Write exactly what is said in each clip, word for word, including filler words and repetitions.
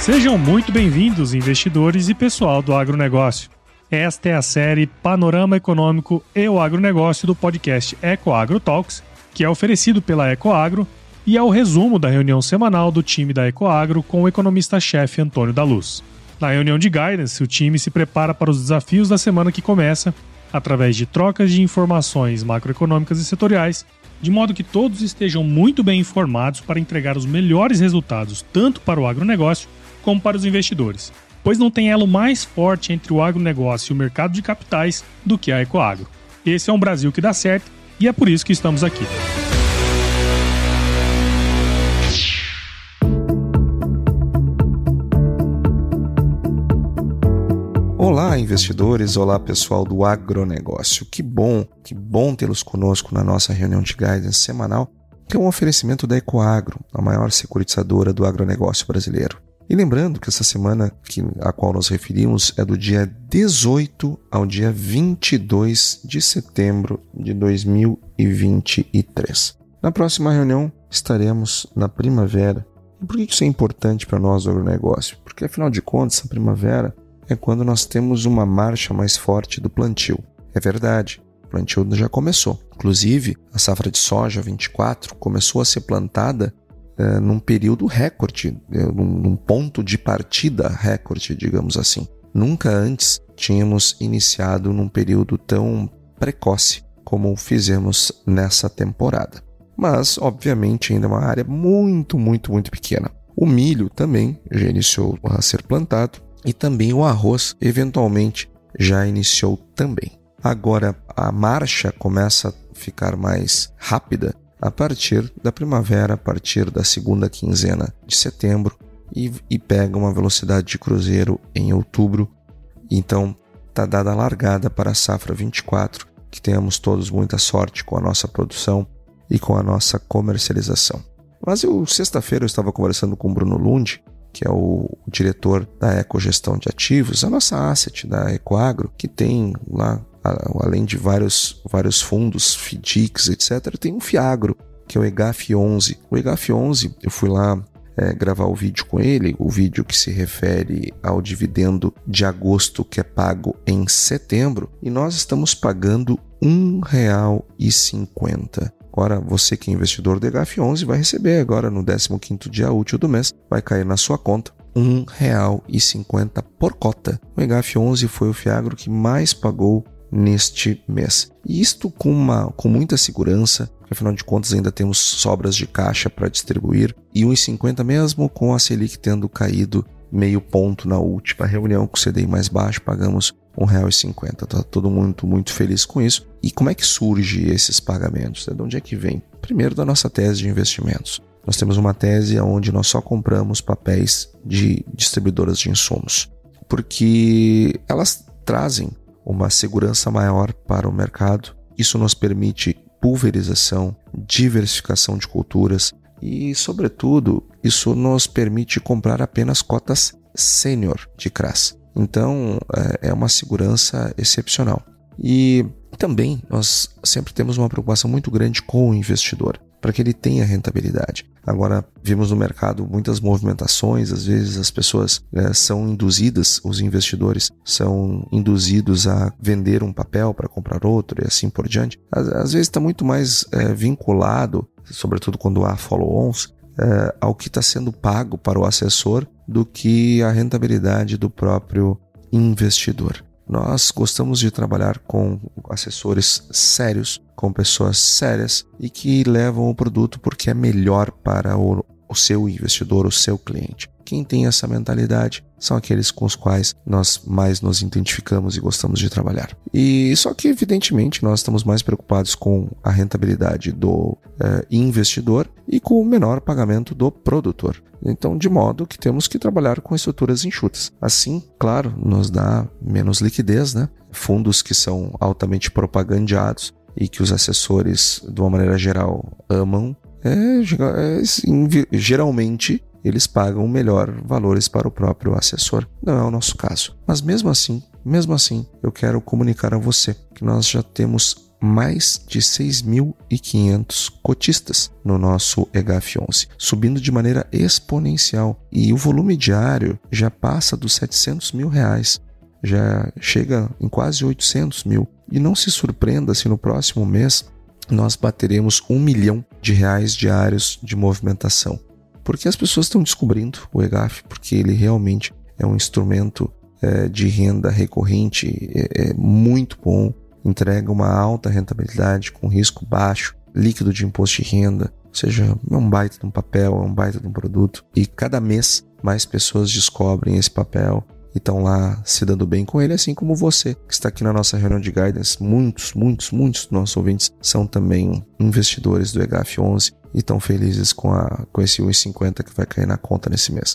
Sejam muito bem-vindos, investidores e pessoal do agronegócio. Esta é a série Panorama Econômico e o Agronegócio do podcast EcoAgro Talks, que é oferecido pela EcoAgro e é o resumo da reunião semanal do time da EcoAgro com o economista-chefe Antônio da Luz. Na reunião de guidance, o time se prepara para os desafios da semana que começa, através de trocas de informações macroeconômicas e setoriais, de modo que todos estejam muito bem informados para entregar os melhores resultados tanto para o agronegócio como para os investidores, pois não tem elo mais forte entre o agronegócio e o mercado de capitais do que a EcoAgro. Esse é um Brasil que dá certo e é por isso que estamos aqui. Olá, investidores! Olá, pessoal do agronegócio! Que bom, que bom tê-los conosco na nossa reunião de guidance semanal, que é um oferecimento da EcoAgro, a maior securitizadora do agronegócio brasileiro. E lembrando que essa semana que, a qual nos referimos é do dia dezoito ao dia vinte e dois de setembro de dois mil e vinte e três. Na próxima reunião estaremos na primavera. E por que isso é importante para nós do agronegócio? Porque, afinal de contas, a primavera é quando nós temos uma marcha mais forte do plantio. É verdade, o plantio já começou. Inclusive, a safra de soja vinte e quatro começou a ser plantada Uh, num período recorde, uh, num, num ponto de partida recorde, digamos assim. Nunca antes tínhamos iniciado num período tão precoce como fizemos nessa temporada. Mas, obviamente, ainda é uma área muito, muito, muito pequena. O milho também já iniciou a ser plantado e também o arroz, eventualmente, já iniciou também. Agora, a marcha começa a ficar mais rápida a partir da primavera, a partir da segunda quinzena de setembro e, e pega uma velocidade de cruzeiro em outubro. Então, está dada a largada para a safra vinte e quatro, que tenhamos todos muita sorte com a nossa produção e com a nossa comercialização. Mas eu, sexta-feira eu estava conversando com o Bruno Lund, que é o, o diretor da Ecogestão de Ativos, a nossa asset da EcoAgro, que tem lá, além de vários, vários fundos, FDICs, etcétera, tem um FIAGRO, que é o E G A F onze. O E G A F onze, eu fui lá é, gravar o vídeo com ele, o vídeo que se refere ao dividendo de agosto que é pago em setembro, e nós estamos pagando um real e cinquenta centavos. Agora, você que é investidor do E G A F onze vai receber agora no décimo quinto dia útil do mês, vai cair na sua conta um real e cinquenta centavos por cota. O E G A F onze foi o FIAGRO que mais pagou neste mês. E isto com, uma, com muita segurança, porque afinal de contas ainda temos sobras de caixa para distribuir, e um real e cinquenta centavos mesmo com a Selic tendo caído meio ponto na última reunião, com o C D I mais baixo, pagamos um real e cinquenta centavos. Está todo mundo muito, muito feliz com isso. E como é que surge esses pagamentos? De onde é que vem? Primeiro, da nossa tese de investimentos. Nós temos uma tese onde nós só compramos papéis de distribuidoras de insumos, porque elas trazem uma segurança maior para o mercado. Isso nos permite pulverização, diversificação de culturas e, sobretudo, isso nos permite comprar apenas cotas sênior de C R A S. Então, é uma segurança excepcional. E também nós sempre temos uma preocupação muito grande com o investidor, para que ele tenha rentabilidade. Agora, vimos no mercado muitas movimentações, às vezes as pessoas é, são induzidas, os investidores são induzidos a vender um papel para comprar outro e assim por diante. Às, às vezes está muito mais é, vinculado, sobretudo quando há follow-ons, é, ao que está sendo pago para o assessor do que a rentabilidade do próprio investidor. Nós gostamos de trabalhar com assessores sérios, com pessoas sérias e que levam o produto porque é melhor para o, o seu investidor, o seu cliente. Quem tem essa mentalidade são aqueles com os quais nós mais nos identificamos e gostamos de trabalhar. E só que, evidentemente, nós estamos mais preocupados com a rentabilidade do eh, investidor e com o menor pagamento do produtor. Então, de modo que temos que trabalhar com estruturas enxutas. Assim, claro, nos dá menos liquidez, né? Fundos que são altamente propagandeados e que os assessores, de uma maneira geral, amam, é, é, geralmente eles pagam melhor valores para o próprio assessor. Não é o nosso caso. Mas mesmo assim, mesmo assim, eu quero comunicar a você que nós já temos mais de seis mil e quinhentos cotistas no nosso E G A F onze, subindo de maneira exponencial. E o volume diário já passa dos setecentos mil reais, já chega em quase oitocentos mil. E não se surpreenda se no próximo mês nós bateremos um milhão de reais diários de movimentação. Porque as pessoas estão descobrindo o E G A F, porque ele realmente é um instrumento é, de renda recorrente é, é muito bom, entrega uma alta rentabilidade com risco baixo, líquido de imposto de renda, ou seja, é um baita de um papel, é um baita de um produto. E cada mês mais pessoas descobrem esse papel e estão lá se dando bem com ele, assim como você, que está aqui na nossa reunião de guidance. Muitos, muitos, muitos dos nossos ouvintes são também investidores do E G A F onze e estão felizes com, a, com esse um vírgula cinquenta que vai cair na conta nesse mês.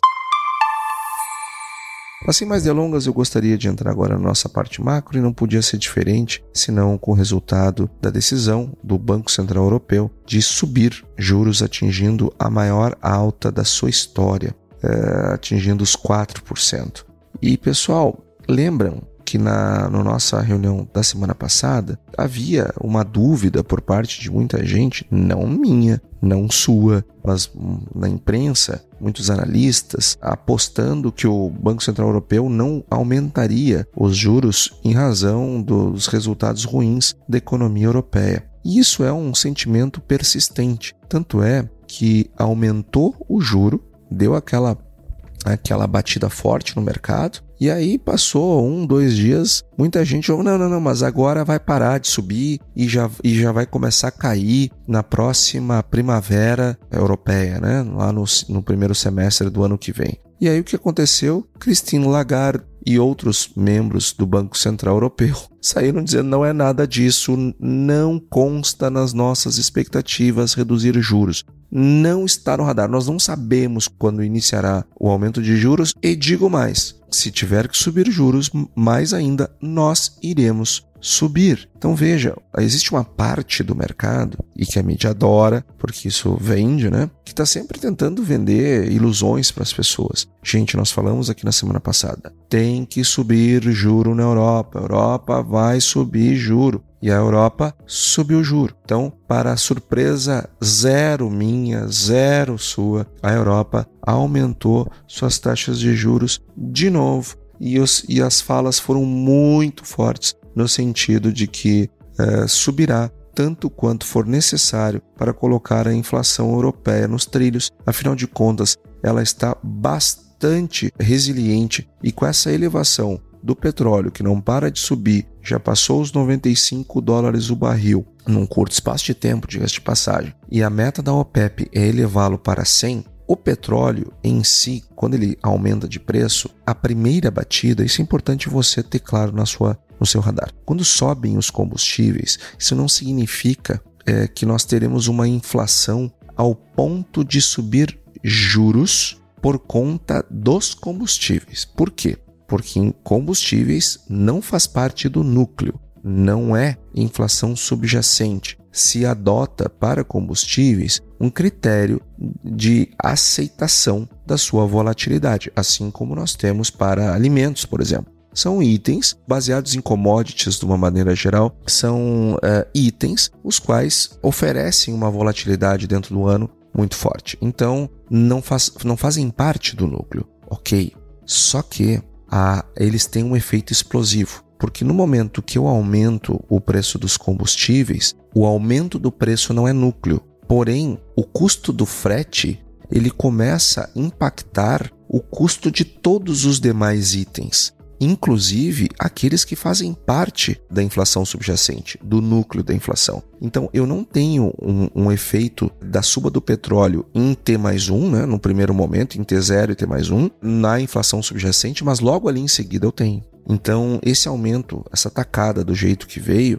Sem mais delongas, eu gostaria de entrar agora na nossa parte macro e não podia ser diferente senão com o resultado da decisão do Banco Central Europeu de subir juros atingindo a maior alta da sua história, é, atingindo os quatro por cento. E pessoal, lembram que na, na nossa reunião da semana passada havia uma dúvida por parte de muita gente, não minha, não sua, mas na imprensa, muitos analistas apostando que o Banco Central Europeu não aumentaria os juros em razão dos resultados ruins da economia europeia. E isso é um sentimento persistente, tanto é que aumentou o juro, deu aquela aquela batida forte no mercado, e aí passou um, dois dias, muita gente falou, não, não, não, mas agora vai parar de subir e já, e já vai começar a cair na próxima primavera europeia, né? Lá no, no primeiro semestre do ano que vem. E aí o que aconteceu? Christine Lagarde e outros membros do Banco Central Europeu saíram dizendo não é nada disso, não consta nas nossas expectativas reduzir juros. Não está no radar, nós não sabemos quando iniciará o aumento de juros e digo mais, se tiver que subir juros, mais ainda nós iremos subir. Então veja, existe uma parte do mercado, e que a mídia adora, porque isso vende, né? Que está sempre tentando vender ilusões para as pessoas. Gente, nós falamos aqui na semana passada, tem que subir juro na Europa, a Europa vai subir juro. E a Europa subiu o juro. Então, para surpresa zero minha, zero sua, a Europa aumentou suas taxas de juros de novo. E, os, e as falas foram muito fortes no sentido de que eh, subirá tanto quanto for necessário para colocar a inflação europeia nos trilhos. Afinal de contas, ela está bastante resiliente e com essa elevação do petróleo, que não para de subir, já passou os noventa e cinco dólares o barril num curto espaço de tempo, diga-se de passagem, e a meta da OPEP é elevá-lo para cem, o petróleo em si, quando ele aumenta de preço, a primeira batida, isso é importante você ter claro na sua, no seu radar. Quando sobem os combustíveis, isso não significa é, que nós teremos uma inflação ao ponto de subir juros por conta dos combustíveis. Por quê? Porque combustíveis não faz parte do núcleo, não é inflação subjacente. Se adota para combustíveis um critério de aceitação da sua volatilidade, assim como nós temos para alimentos, por exemplo. São itens baseados em commodities de uma maneira geral, são uh, itens os quais oferecem uma volatilidade dentro do ano muito forte. Então, não, faz, não fazem parte do núcleo, ok? Só que Ah, eles têm um efeito explosivo, porque no momento que eu aumento o preço dos combustíveis, o aumento do preço não é núcleo, porém o custo do frete ele começa a impactar o custo de todos os demais itens, inclusive aqueles que fazem parte da inflação subjacente, do núcleo da inflação. Então eu não tenho um, um efeito da suba do petróleo em T mais um, né, no primeiro momento, em T zero e T mais um, na inflação subjacente, mas logo ali em seguida eu tenho. Então esse aumento, essa tacada do jeito que veio,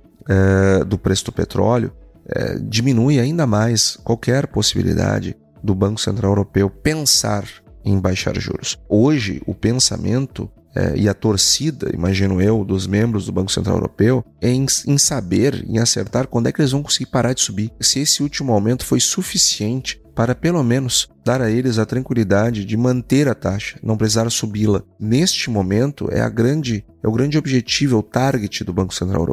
é, do preço do petróleo, é, diminui ainda mais qualquer possibilidade do Banco Central Europeu pensar em baixar juros. Hoje o pensamento É, e a torcida, imagino eu, dos membros do Banco Central Europeu, é em, em saber, em acertar quando é que eles vão conseguir parar de subir. Se esse último aumento foi suficiente para, pelo menos, dar a eles a tranquilidade de manter a taxa, não precisar subi-la. Neste momento, é, a grande, é o grande objetivo, é o target do Banco Central Europeu.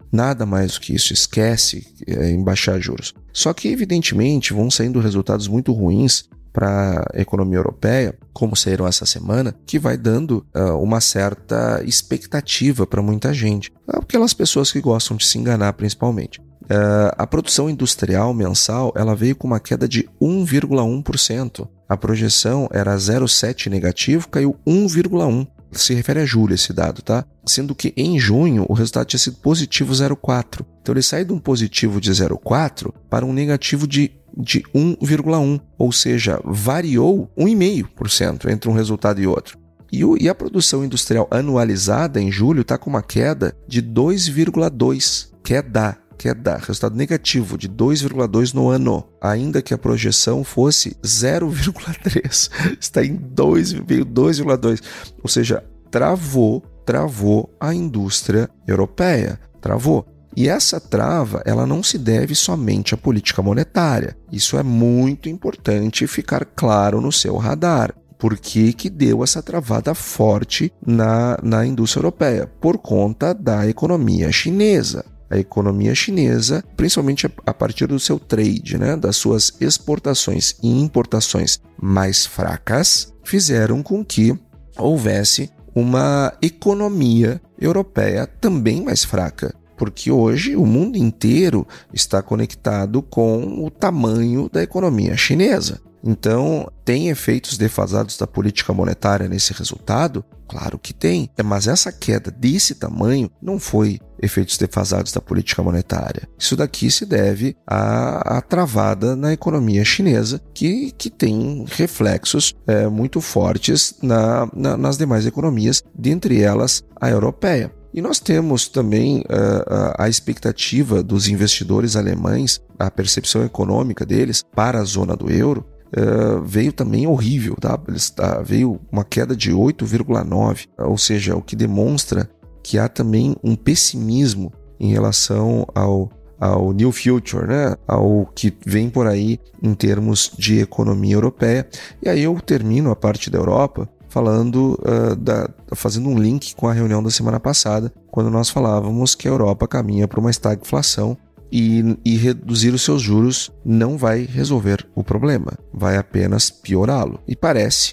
Nada mais do que isso, esquece é, em baixar juros. Só que, evidentemente, vão saindo resultados muito ruins para a economia europeia, como saíram essa semana, que vai dando uh, uma certa expectativa para muita gente. Aquelas pessoas que gostam de se enganar, principalmente. Uh, a produção industrial mensal ela veio com uma queda de um vírgula um por cento. A projeção era zero vírgula sete por cento negativo, caiu um vírgula um por cento. Se refere a julho esse dado, tá? Sendo que em junho o resultado tinha sido positivo zero vírgula quatro por cento. Então ele sai de um positivo de zero vírgula quatro por cento para um negativo de, de um vírgula um por cento. Ou seja, variou um vírgula cinco por cento entre um resultado e outro. E, o, e a produção industrial anualizada em julho está com uma queda de dois vírgula dois por cento. Queda. Queda, resultado negativo de dois vírgula dois por cento no ano, ainda que a projeção fosse zero vírgula três por cento, está em dois vírgula dois por cento, ou seja, travou, travou a indústria europeia, travou. E essa trava, ela não se deve somente à política monetária, isso é muito importante ficar claro no seu radar. Por que que deu essa travada forte na, na indústria europeia? Por conta da economia chinesa. A economia chinesa, principalmente a partir do seu trade, né, das suas exportações e importações mais fracas, fizeram com que houvesse uma economia europeia também mais fraca. Porque hoje o mundo inteiro está conectado com o tamanho da economia chinesa. Então, tem efeitos defasados da política monetária nesse resultado? Claro que tem, mas essa queda desse tamanho não foi efeitos defasados da política monetária. Isso daqui se deve à, à travada na economia chinesa, que, que tem reflexos é, muito fortes na, na, nas demais economias, dentre elas a europeia. E nós temos também uh, a expectativa dos investidores alemães, a percepção econômica deles para a zona do euro, Uh, veio também horrível, tá? Eles, tá? Veio uma queda de oito vírgula nove por cento, ou seja, o que demonstra que há também um pessimismo em relação ao, ao New Future, né? Ao que vem por aí em termos de economia europeia. E aí eu termino a parte da Europa falando, uh, da, fazendo um link com a reunião da semana passada, quando nós falávamos que a Europa caminha para uma estagflação. E, e reduzir os seus juros não vai resolver o problema, vai apenas piorá-lo. E parece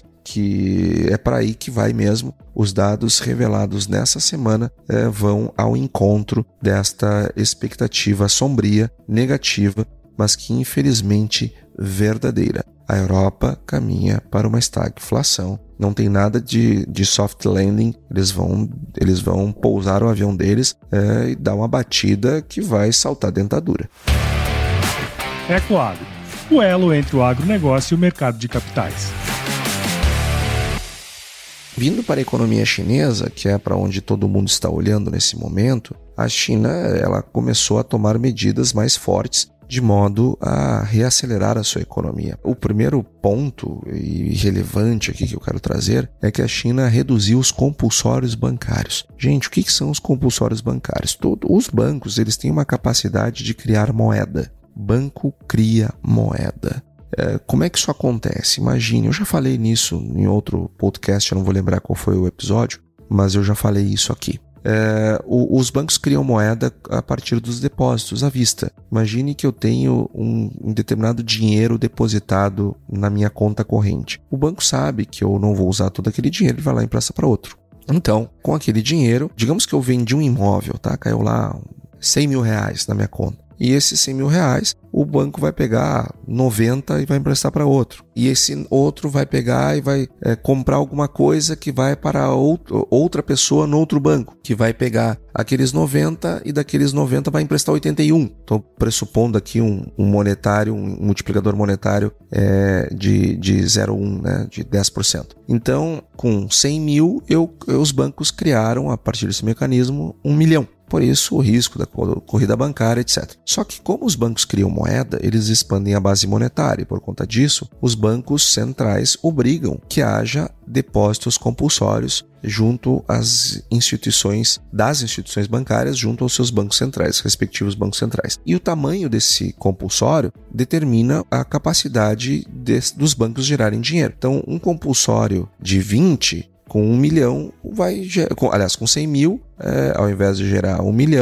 que é para aí que vai mesmo. Os dados revelados nessa semana é, vão ao encontro desta expectativa sombria, negativa, mas que infelizmente verdadeira. A Europa caminha para uma estagflação. Não tem nada de, de soft landing, eles vão, eles vão pousar o avião deles é, e dar uma batida que vai saltar a dentadura. Ecoagro, o elo entre o agronegócio e o mercado de capitais. Vindo para a economia chinesa, que é para onde todo mundo está olhando nesse momento, a China ela começou a tomar medidas mais fortes de modo a reacelerar a sua economia. O primeiro ponto e relevante aqui que eu quero trazer é que a China reduziu os compulsórios bancários. Gente, o que são os compulsórios bancários? Todos os bancos eles têm uma capacidade de criar moeda. Banco cria moeda. É, como é que isso acontece? Imagine, eu já falei nisso em outro podcast, eu não vou lembrar qual foi o episódio, mas eu já falei isso aqui. É, o, os bancos criam moeda a partir dos depósitos à vista. Imagine que eu tenho um, um determinado dinheiro depositado na minha conta corrente. O banco sabe que eu não vou usar todo aquele dinheiro e vai lá e empresta para outro. Então, com aquele dinheiro, digamos que eu vendi um imóvel, tá? Caiu lá cem mil reais na minha conta. E esses cem mil reais, o banco vai pegar noventa e vai emprestar para outro. E esse outro vai pegar e vai é, comprar alguma coisa que vai para outro, outra pessoa no outro banco, que vai pegar aqueles noventa e daqueles noventa vai emprestar oitenta e um. Estou pressupondo aqui um, um monetário, um multiplicador monetário é, de, de zero vírgula um, né, de dez por cento. Então, com cem mil, eu, os bancos criaram, a partir desse mecanismo, um milhão. Por isso, o risco da corrida bancária, etcétera. Só que como os bancos criam moeda, eles expandem a base monetária e, por conta disso, os bancos centrais obrigam que haja depósitos compulsórios junto às instituições, das instituições bancárias, junto aos seus bancos centrais, respectivos bancos centrais. E o tamanho desse compulsório determina a capacidade de, dos bancos gerarem dinheiro. Então, um compulsório de vinte... com um milhão, vai gerar, com, aliás, com cem mil, é, ao invés de gerar um milhão,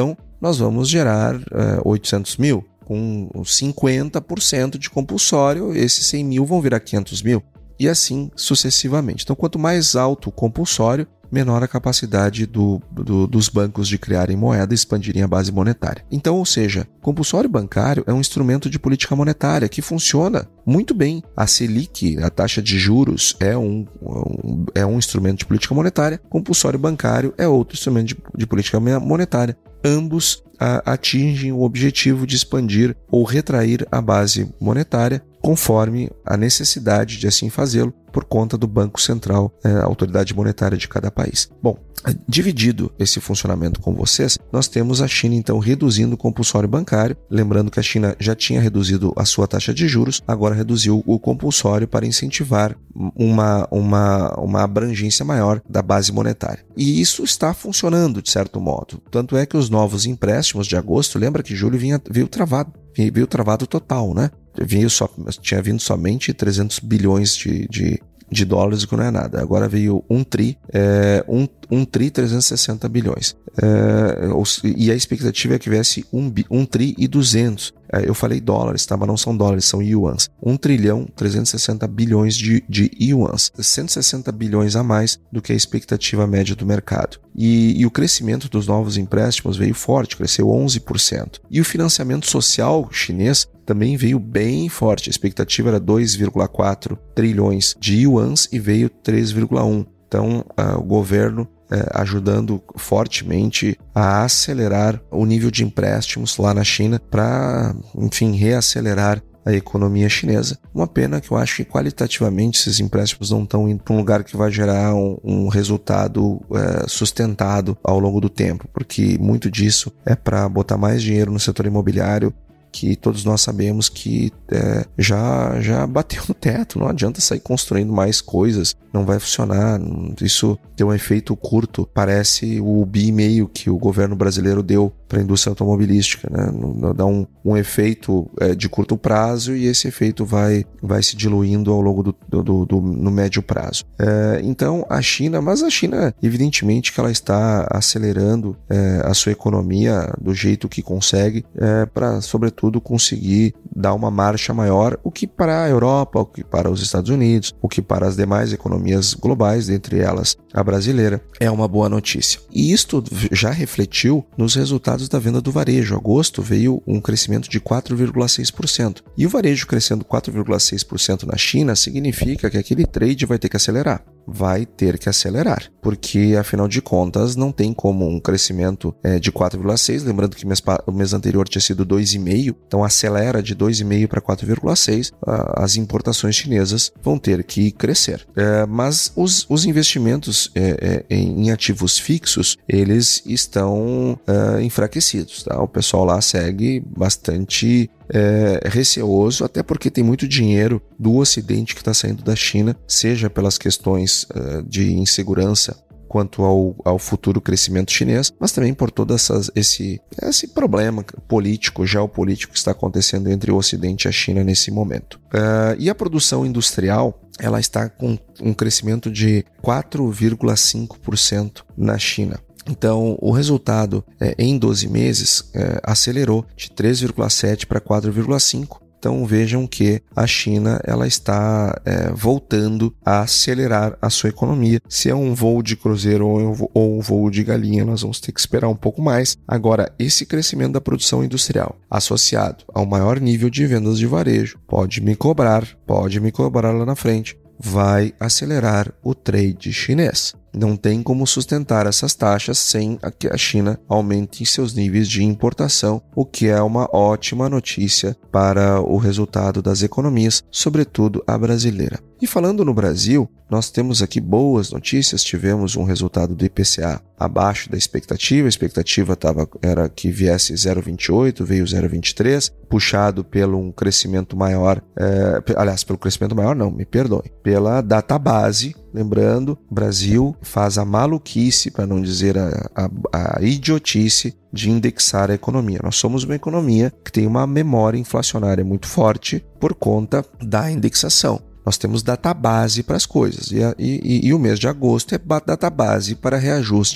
nós vamos gerar uh, oitocentos mil. Com cinquenta por cento de compulsório, esses cem mil vão virar quinhentos mil. E assim sucessivamente. Então, quanto mais alto o compulsório, menor a capacidade do, do, dos bancos de criarem moeda e expandirem a base monetária. Então, ou seja, compulsório bancário é um instrumento de política monetária que funciona muito bem. A Selic, a taxa de juros, é um, um, é um instrumento de política monetária. Compulsório bancário é outro instrumento de, de política monetária. Ambos a, atingem o objetivo de expandir ou retrair a base monetária conforme a necessidade de assim fazê-lo por conta do Banco Central, é, a autoridade monetária de cada país. Bom, dividido esse funcionamento com vocês, nós temos a China então reduzindo o compulsório bancário, lembrando que a China já tinha reduzido a sua taxa de juros, agora reduziu o compulsório para incentivar uma, uma, uma abrangência maior da base monetária. E isso está funcionando de certo modo, tanto é que os novos empréstimos de agosto, lembra que julho vinha, veio travado, veio travado total, né? Veio só, tinha vindo somente trezentos bilhões de, de, de dólares, que não é nada. Agora veio um tri, é, um, um tri trezentos e sessenta bilhões. É, e a expectativa é que viesse um, um tri e duzentos. É, eu falei dólares, tá? Mas não são dólares, são yuans. um trilhão trezentos e sessenta bilhões de, de yuans. cento e sessenta bilhões a mais do que a expectativa média do mercado. E, e o crescimento dos novos empréstimos veio forte, cresceu onze por cento. E o financiamento social chinês também veio bem forte. A expectativa era dois vírgula quatro trilhões de yuans e veio três vírgula um. Então, uh, o governo uh, ajudando fortemente a acelerar o nível de empréstimos lá na China para, enfim, reacelerar a economia chinesa. Uma pena que eu acho que qualitativamente esses empréstimos não estão indo para um lugar que vai gerar um, um resultado é, sustentado ao longo do tempo, porque muito disso é para botar mais dinheiro no setor imobiliário, que todos nós sabemos que é, já, já bateu no teto, não adianta sair construindo mais coisas, não vai funcionar, isso tem um efeito curto, parece o bi e meio que o governo brasileiro deu para a indústria automobilística, né? Dá um, um efeito é, de curto prazo e esse efeito vai, vai se diluindo ao longo do, do, do, do no médio prazo. É, então a China, mas a China evidentemente que ela está acelerando é, a sua economia do jeito que consegue é, para sobretudo conseguir dar uma marcha maior, o que para a Europa, o que para os Estados Unidos, o que para as demais economias globais, dentre elas a brasileira, é uma boa notícia. E isto já refletiu nos resultados da venda do varejo. Agosto veio um crescimento de quatro vírgula seis por cento. E o varejo crescendo quatro vírgula seis por cento na China significa que aquele trade vai ter que acelerar. Vai ter que acelerar, porque afinal de contas não tem como um crescimento é, de quatro vírgula seis, lembrando que mês, o mês anterior tinha sido dois vírgula cinco, então acelera de dois vírgula cinco para quatro vírgula seis, as importações chinesas vão ter que crescer. É, mas os, os investimentos é, é, em ativos fixos, eles estão é, enfraquecidos, tá? O pessoal lá segue bastante É, receoso, até porque tem muito dinheiro do Ocidente que está saindo da China, seja pelas questões uh, de insegurança quanto ao, ao futuro crescimento chinês, mas também por todo essas, esse, esse problema político, geopolítico que está acontecendo entre o Ocidente e a China nesse momento. Uh, e a produção industrial, ela está com um crescimento de quatro vírgula cinco por cento na China. Então, o resultado é, em doze meses é, acelerou de três vírgula sete para quatro vírgula cinco. Então, vejam que a China ela está é, voltando a acelerar a sua economia. Se é um voo de cruzeiro ou um voo de galinha, nós vamos ter que esperar um pouco mais. Agora, esse crescimento da produção industrial, associado ao maior nível de vendas de varejo, pode me cobrar, pode me cobrar lá na frente, vai acelerar o trade chinês. Não tem como sustentar essas taxas sem que a China aumente seus níveis de importação, o que é uma ótima notícia para o resultado das economias, sobretudo a brasileira. E falando no Brasil, nós temos aqui boas notícias, tivemos um resultado do I P C A abaixo da expectativa, a expectativa tava, era que viesse zero vírgula vinte e oito, veio zero vírgula vinte e três, puxado pelo um crescimento maior, é, aliás, pelo crescimento maior não, me perdoe, pela data base. Lembrando, o Brasil faz a maluquice, para não dizer a, a, a idiotice, de indexar a economia. Nós somos uma economia que tem uma memória inflacionária muito forte por conta da indexação. Nós temos database para as coisas e, a, e, e o mês de agosto é database para reajuste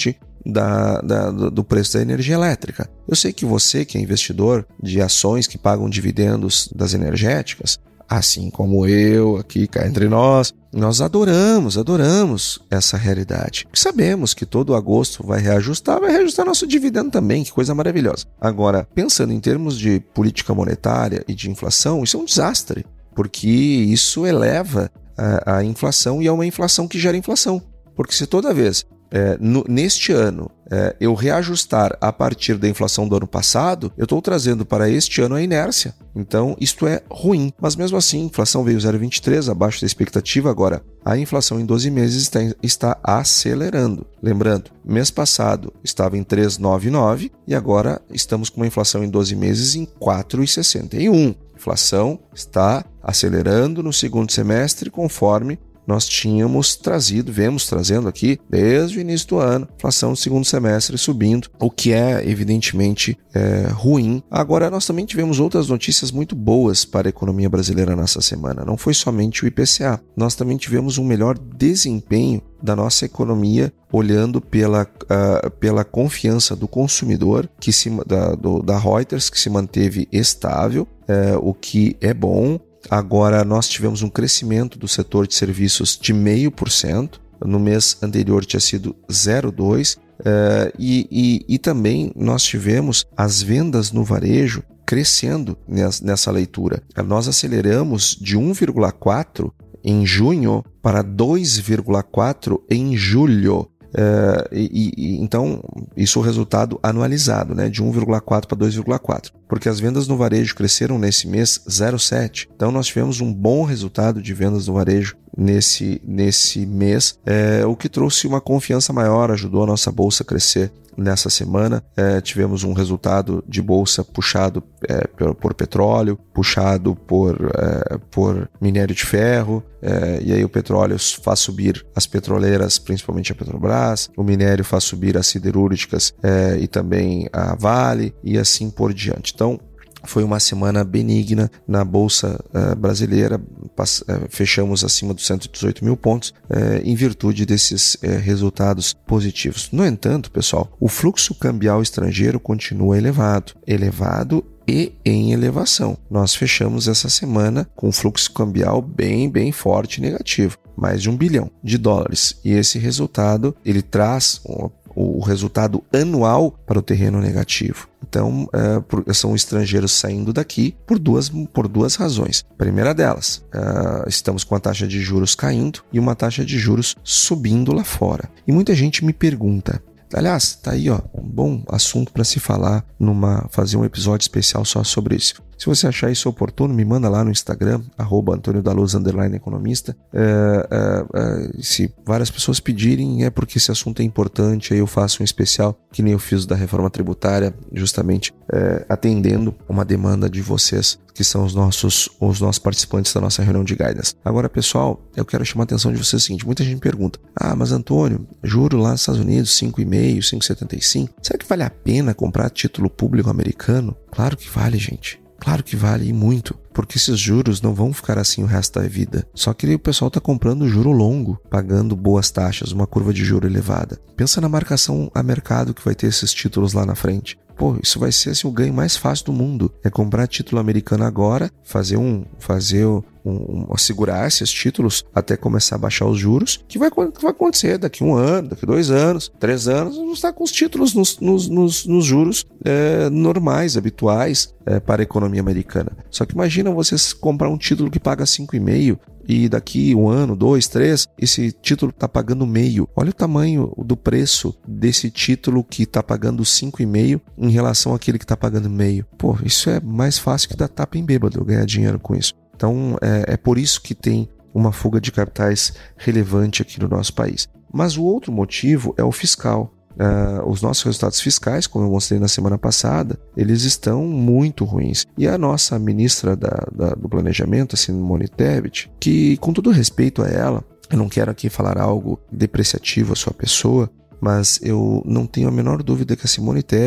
da, da, do preço da energia elétrica. Eu sei que você, que é investidor de ações que pagam dividendos das energéticas, assim como eu aqui cá entre nós, nós adoramos, adoramos essa realidade. Sabemos que todo agosto vai reajustar, vai reajustar nosso dividendo também, que coisa maravilhosa. Agora, pensando em termos de política monetária e de inflação, isso é um desastre, porque isso eleva a, a inflação e é uma inflação que gera inflação. Porque se toda vez, é, no, neste ano, é, eu reajustar a partir da inflação do ano passado, eu estou trazendo para este ano a inércia. Então, isto é ruim. Mas mesmo assim, a inflação veio zero vírgula vinte e três, abaixo da expectativa. Agora, a inflação em doze meses está, está acelerando. Lembrando, mês passado estava em três vírgula noventa e nove e agora estamos com uma inflação em doze meses em quatro vírgula sessenta e um. A inflação está acelerando no segundo semestre conforme nós tínhamos trazido, vemos trazendo aqui desde o início do ano, inflação no segundo semestre subindo, o que é evidentemente é, ruim. Agora, nós também tivemos outras notícias muito boas para a economia brasileira nessa semana. Não foi somente o I P C A, nós também tivemos um melhor desempenho da nossa economia, olhando pela, uh, pela confiança do consumidor, que se, da, do, da Reuters, que se manteve estável, uh, o que é bom. Agora, nós tivemos um crescimento do setor de serviços de zero vírgula cinco por cento. No mês anterior tinha sido zero vírgula dois por cento. Uh, e, e, e também nós tivemos as vendas no varejo crescendo nessa, nessa leitura. Nós aceleramos de um vírgula quatro por cento em junho para dois vírgula quatro por cento em julho. Uh, e, e, então, isso é o resultado anualizado, né, de um vírgula quatro para dois vírgula quatro, porque as vendas no varejo cresceram nesse mês zero vírgula sete. Então, nós tivemos um bom resultado de vendas no varejo nesse, nesse mês, é, o que trouxe uma confiança maior, ajudou a nossa bolsa a crescer. Nessa semana, é, tivemos um resultado de bolsa puxado é, por, por petróleo, puxado por, é, por minério de ferro, é, e aí o petróleo faz subir as petroleiras, principalmente a Petrobras, o minério faz subir as siderúrgicas é, e também a Vale, e assim por diante. Então, foi uma semana benigna na Bolsa uh, brasileira, Pass- uh, fechamos acima dos cento e dezoito mil pontos uh, em virtude desses uh, resultados positivos. No entanto, pessoal, o fluxo cambial estrangeiro continua elevado, elevado e em elevação. Nós fechamos essa semana com um fluxo cambial bem, bem forte e negativo, mais de um bilhão de dólares. E esse resultado, ele traz um, o resultado anual para o terreno negativo. Então, é, são estrangeiros saindo daqui por duas, por duas razões. Primeira delas, é, estamos com a taxa de juros caindo e uma taxa de juros subindo lá fora. E muita gente me pergunta, aliás, tá aí ó, um bom assunto para se falar, numa, fazer um episódio especial só sobre isso. Se você achar isso oportuno, me manda lá no Instagram, arroba Antônio da Luz, underline economista. É, é, é, se várias pessoas pedirem, é porque esse assunto é importante, aí eu faço um especial, que nem eu fiz da reforma tributária, justamente é, atendendo uma demanda de vocês, que são os nossos, os nossos participantes da nossa reunião de guidance. Agora, pessoal, eu quero chamar a atenção de vocês o seguinte, muita gente me pergunta, ah, mas Antônio, juro lá nos Estados Unidos, cinco vírgula cinco, cinco vírgula setenta e cinco, será que vale a pena comprar título público americano? Claro que vale, gente. Claro que vale, e muito, porque esses juros não vão ficar assim o resto da vida. Só que o pessoal está comprando juro longo, pagando boas taxas, uma curva de juro elevada. Pensa na marcação a mercado que vai ter esses títulos lá na frente. Pô, isso vai ser assim, o ganho mais fácil do mundo. É comprar título americano agora, fazer um, fazer um, um segurar esses títulos até começar a baixar os juros, que vai, que vai acontecer daqui um ano, daqui dois anos, três anos, vamos estar com os títulos nos, nos, nos, nos juros é, normais, habituais é, para a economia americana. Só que imagina vocês comprar um título que paga cinco vírgula cinco e daqui um ano, dois, três, esse título está pagando meio. Olha o tamanho do preço desse título que está pagando cinco vírgula cinco em relação àquele que está pagando meio. Pô, isso é mais fácil que dar tapa em bêbado, eu ganhar dinheiro com isso. Então, é, é por isso que tem uma fuga de capitais relevante aqui no nosso país. Mas o outro motivo é o fiscal. Uh, os nossos resultados fiscais, como eu mostrei na semana passada, eles estão muito ruins. E a nossa ministra da, da, do Planejamento, a Simone Tebet, que com todo respeito a ela, eu não quero aqui falar algo depreciativo à sua pessoa, mas eu não tenho a menor dúvida que a Simone Tebet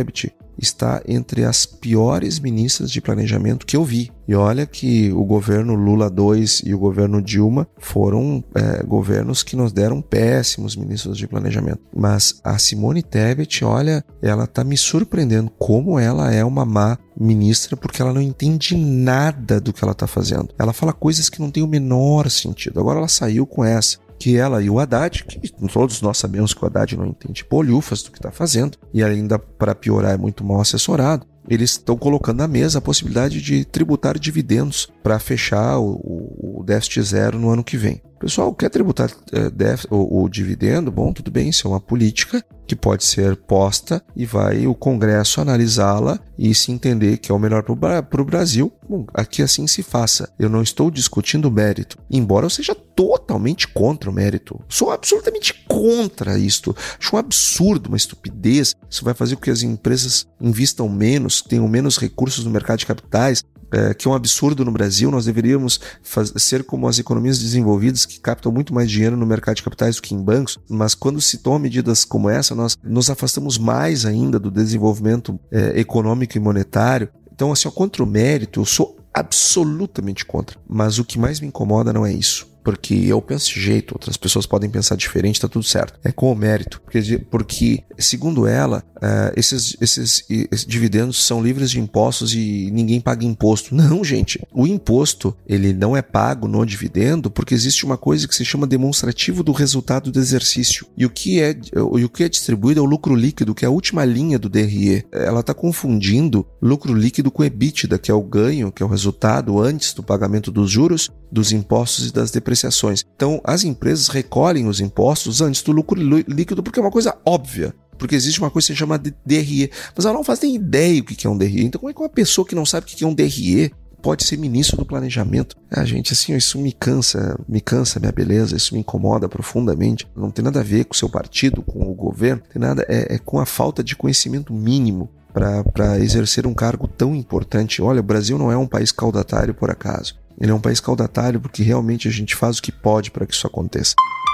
está entre as piores ministras de planejamento que eu vi. E olha que o governo Lula dois e o governo Dilma foram é, governos que nos deram péssimos ministros de planejamento. Mas a Simone Tebet, olha, ela está me surpreendendo como ela é uma má ministra, porque ela não entende nada do que ela está fazendo. Ela fala coisas que não têm o menor sentido. Agora ela saiu com essa, que ela e o Haddad, que todos nós sabemos que o Haddad não entende bolhufas do que está fazendo, e ainda, para piorar, é muito mal assessorado, eles estão colocando na mesa a possibilidade de tributar dividendos para fechar o, o, o déficit zero no ano que vem. O pessoal quer tributar é, def, o, o dividendo? Bom, tudo bem, isso é uma política que pode ser posta e vai o Congresso analisá-la e se entender que é o melhor para o Brasil. Bom, aqui assim se faça. Eu não estou discutindo o mérito, embora eu seja totalmente contra o mérito. Sou absolutamente contra isto. Acho um absurdo, uma estupidez. Isso vai fazer com que as empresas invistam menos, tenham menos recursos no mercado de capitais, É, que é um absurdo no Brasil. Nós deveríamos faz, ser como as economias desenvolvidas, que captam muito mais dinheiro no mercado de capitais do que em bancos, mas quando se tomam medidas como essa, nós nos afastamos mais ainda do desenvolvimento é, econômico e monetário. Então, assim, contra o mérito, eu sou absolutamente contra. Mas o que mais me incomoda não é isso. Porque eu penso de jeito, outras pessoas podem pensar diferente, tá tudo certo. É com o mérito. Porque, porque segundo ela, uh, esses, esses, esses dividendos são livres de impostos e ninguém paga imposto. Não, gente. O imposto, ele não é pago no dividendo porque existe uma coisa que se chama demonstrativo do resultado do exercício. E o que é, e o que é distribuído é o lucro líquido, que é a última linha do D R E. Ela está confundindo lucro líquido com EBITDA, que é o ganho, que é o resultado antes do pagamento dos juros, dos impostos e das depreciações. Então, as empresas recolhem os impostos antes do lucro líquido porque é uma coisa óbvia. Porque existe uma coisa que se chama D R E. Mas ela não faz nem ideia o que é um D R E. Então, como é que uma pessoa que não sabe o que é um D R E pode ser ministro do planejamento? Ah, gente, assim, isso me cansa, me cansa minha beleza, isso me incomoda profundamente. Não tem nada a ver com o seu partido, com o governo, tem nada, é, é com a falta de conhecimento mínimo para exercer um cargo tão importante. Olha, o Brasil não é um país caudatário por acaso. Ele é um país caudatário porque realmente a gente faz o que pode para que isso aconteça.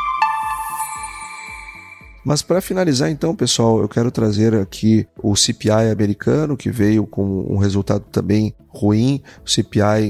Mas para finalizar então, pessoal, eu quero trazer aqui o C P I americano, que veio com um resultado também ruim. O C P I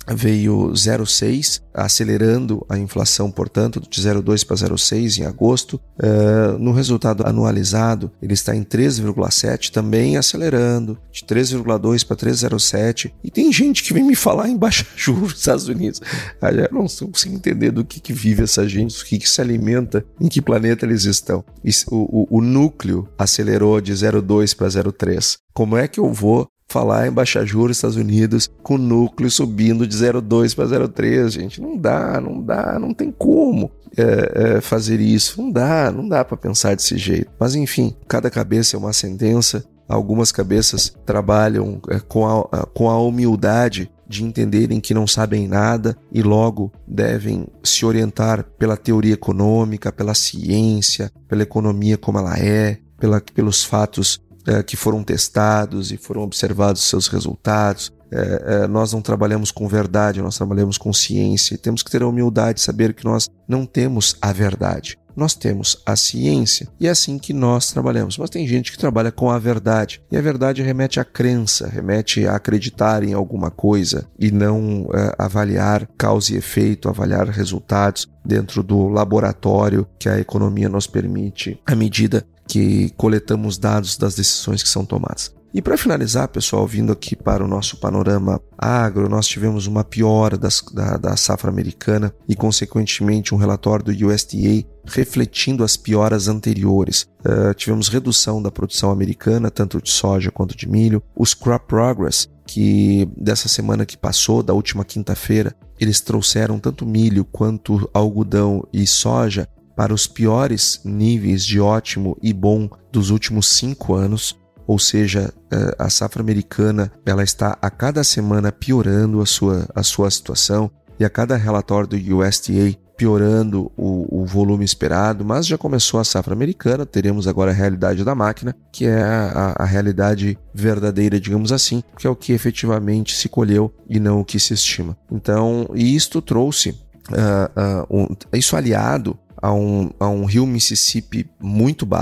veio zero vírgula seis, acelerando a inflação, portanto, de zero vírgula dois para zero vírgula seis em agosto. Uh, no resultado anualizado, ele está em três vírgula sete, também acelerando, de três vírgula dois para três vírgula zero sete. E tem gente que vem me falar em baixa juros nos Estados Unidos. Eu não consigo entender do que, que vive essa gente, do que, que se alimenta, em que planeta eles estão. O, o, o núcleo acelerou de zero vírgula dois para zero vírgula três. Como é que eu vou falar em baixar juros nos Estados Unidos com o núcleo subindo de zero vírgula dois para zero vírgula três, gente? Não dá, não dá, não tem como é, é, fazer isso. Não dá, não dá para pensar desse jeito. Mas enfim, cada cabeça é uma sentença. Algumas cabeças trabalham é, com, a, com a humildade de entenderem que não sabem nada e logo devem se orientar pela teoria econômica, pela ciência, pela economia como ela é, pela, pelos fatos É, que foram testados e foram observados seus resultados. É, é, nós não trabalhamos com verdade, nós trabalhamos com ciência. E temos que ter a humildade de saber que nós não temos a verdade. Nós temos a ciência e é assim que nós trabalhamos. Mas tem gente que trabalha com a verdade. E a verdade remete à crença, remete a acreditar em alguma coisa e não é, avaliar causa e efeito, avaliar resultados dentro do laboratório que a economia nos permite à medida que coletamos dados das decisões que são tomadas. E para finalizar, pessoal, vindo aqui para o nosso panorama agro, nós tivemos uma piora das, da, da safra americana e, consequentemente, um relatório do U S D A refletindo as pioras anteriores. Uh, tivemos redução da produção americana, tanto de soja quanto de milho. Os Crop Progress, que dessa semana que passou, da última quinta-feira, eles trouxeram tanto milho quanto algodão e soja para os piores níveis de ótimo e bom dos últimos cinco anos, ou seja, a safra americana ela está a cada semana piorando a sua, a sua situação e a cada relatório do U S D A piorando o, o volume esperado, mas já começou a safra americana, teremos agora a realidade da máquina, que é a, a realidade verdadeira, digamos assim, que é o que efetivamente se colheu e não o que se estima. Então, e isto trouxe, uh, uh, um, isso aliado a um, a um rio Mississippi muito baixo,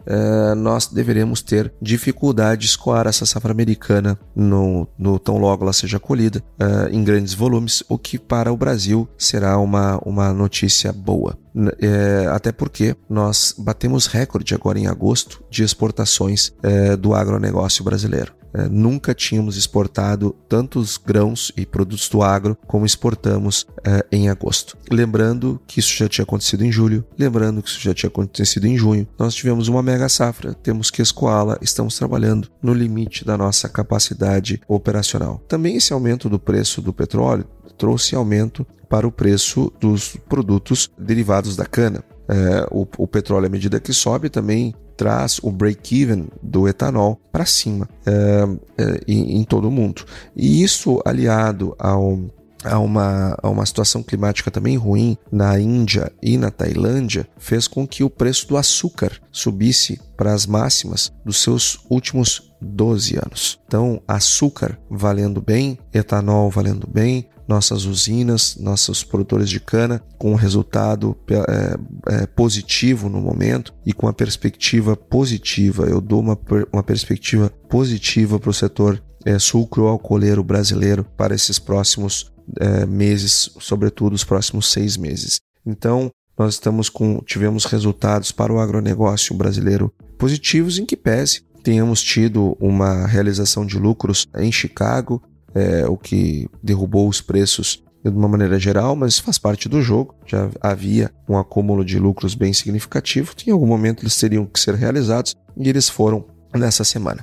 uh, nós deveremos ter dificuldade de escoar essa safra americana no, no tão logo ela seja colhida uh, em grandes volumes, o que para o Brasil será uma, uma notícia boa. É, até porque nós batemos recorde agora em agosto de exportações é, do agronegócio brasileiro. É, nunca tínhamos exportado tantos grãos e produtos do agro como exportamos é, em agosto. Lembrando que isso já tinha acontecido em julho, lembrando que isso já tinha acontecido em junho. Nós tivemos uma mega safra, temos que escoá-la, estamos trabalhando no limite da nossa capacidade operacional. Também esse aumento do preço do petróleo trouxe aumento para o preço dos produtos derivados da cana. É, o, o petróleo, à medida que sobe, também traz o break-even do etanol para cima é, é, em, em todo o mundo. E isso, aliado ao a uma, a uma situação climática também ruim na Índia e na Tailândia, fez com que o preço do açúcar subisse para as máximas dos seus últimos doze anos. Então, açúcar valendo bem, etanol valendo bem, nossas usinas, nossos produtores de cana com um resultado é, é, positivo no momento e com a perspectiva positiva. Eu dou uma, uma perspectiva positiva para o setor é, sucro-alcooleiro brasileiro para esses próximos é, meses, sobretudo os próximos seis meses. Então, nós estamos com, tivemos resultados para o agronegócio brasileiro positivos, em que pese tenhamos tido uma realização de lucros em Chicago, é, o que derrubou os preços de uma maneira geral, mas faz parte do jogo. Já havia um acúmulo de lucros bem significativo, em algum momento eles teriam que ser realizados e eles foram nessa semana.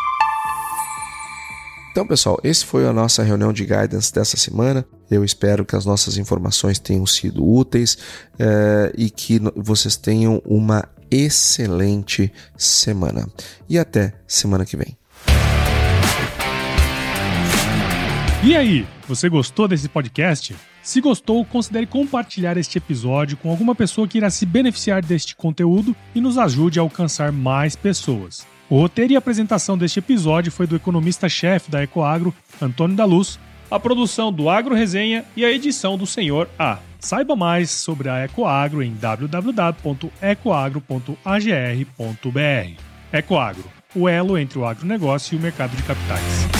Então, pessoal, esse foi a nossa reunião de guidance dessa semana. Eu espero que as nossas informações tenham sido úteis é, e que vocês tenham uma excelente semana. E até semana que vem. E aí, você gostou desse podcast? Se gostou, considere compartilhar este episódio com alguma pessoa que irá se beneficiar deste conteúdo e nos ajude a alcançar mais pessoas. O roteiro e apresentação deste episódio foi do economista-chefe da Ecoagro, Antônio da Luz, a produção do Agro Resenha e a edição do Senhor A. Saiba mais sobre a Ecoagro em w w w ponto ecoagro ponto a g r ponto b r. Ecoagro, o elo entre o agronegócio e o mercado de capitais.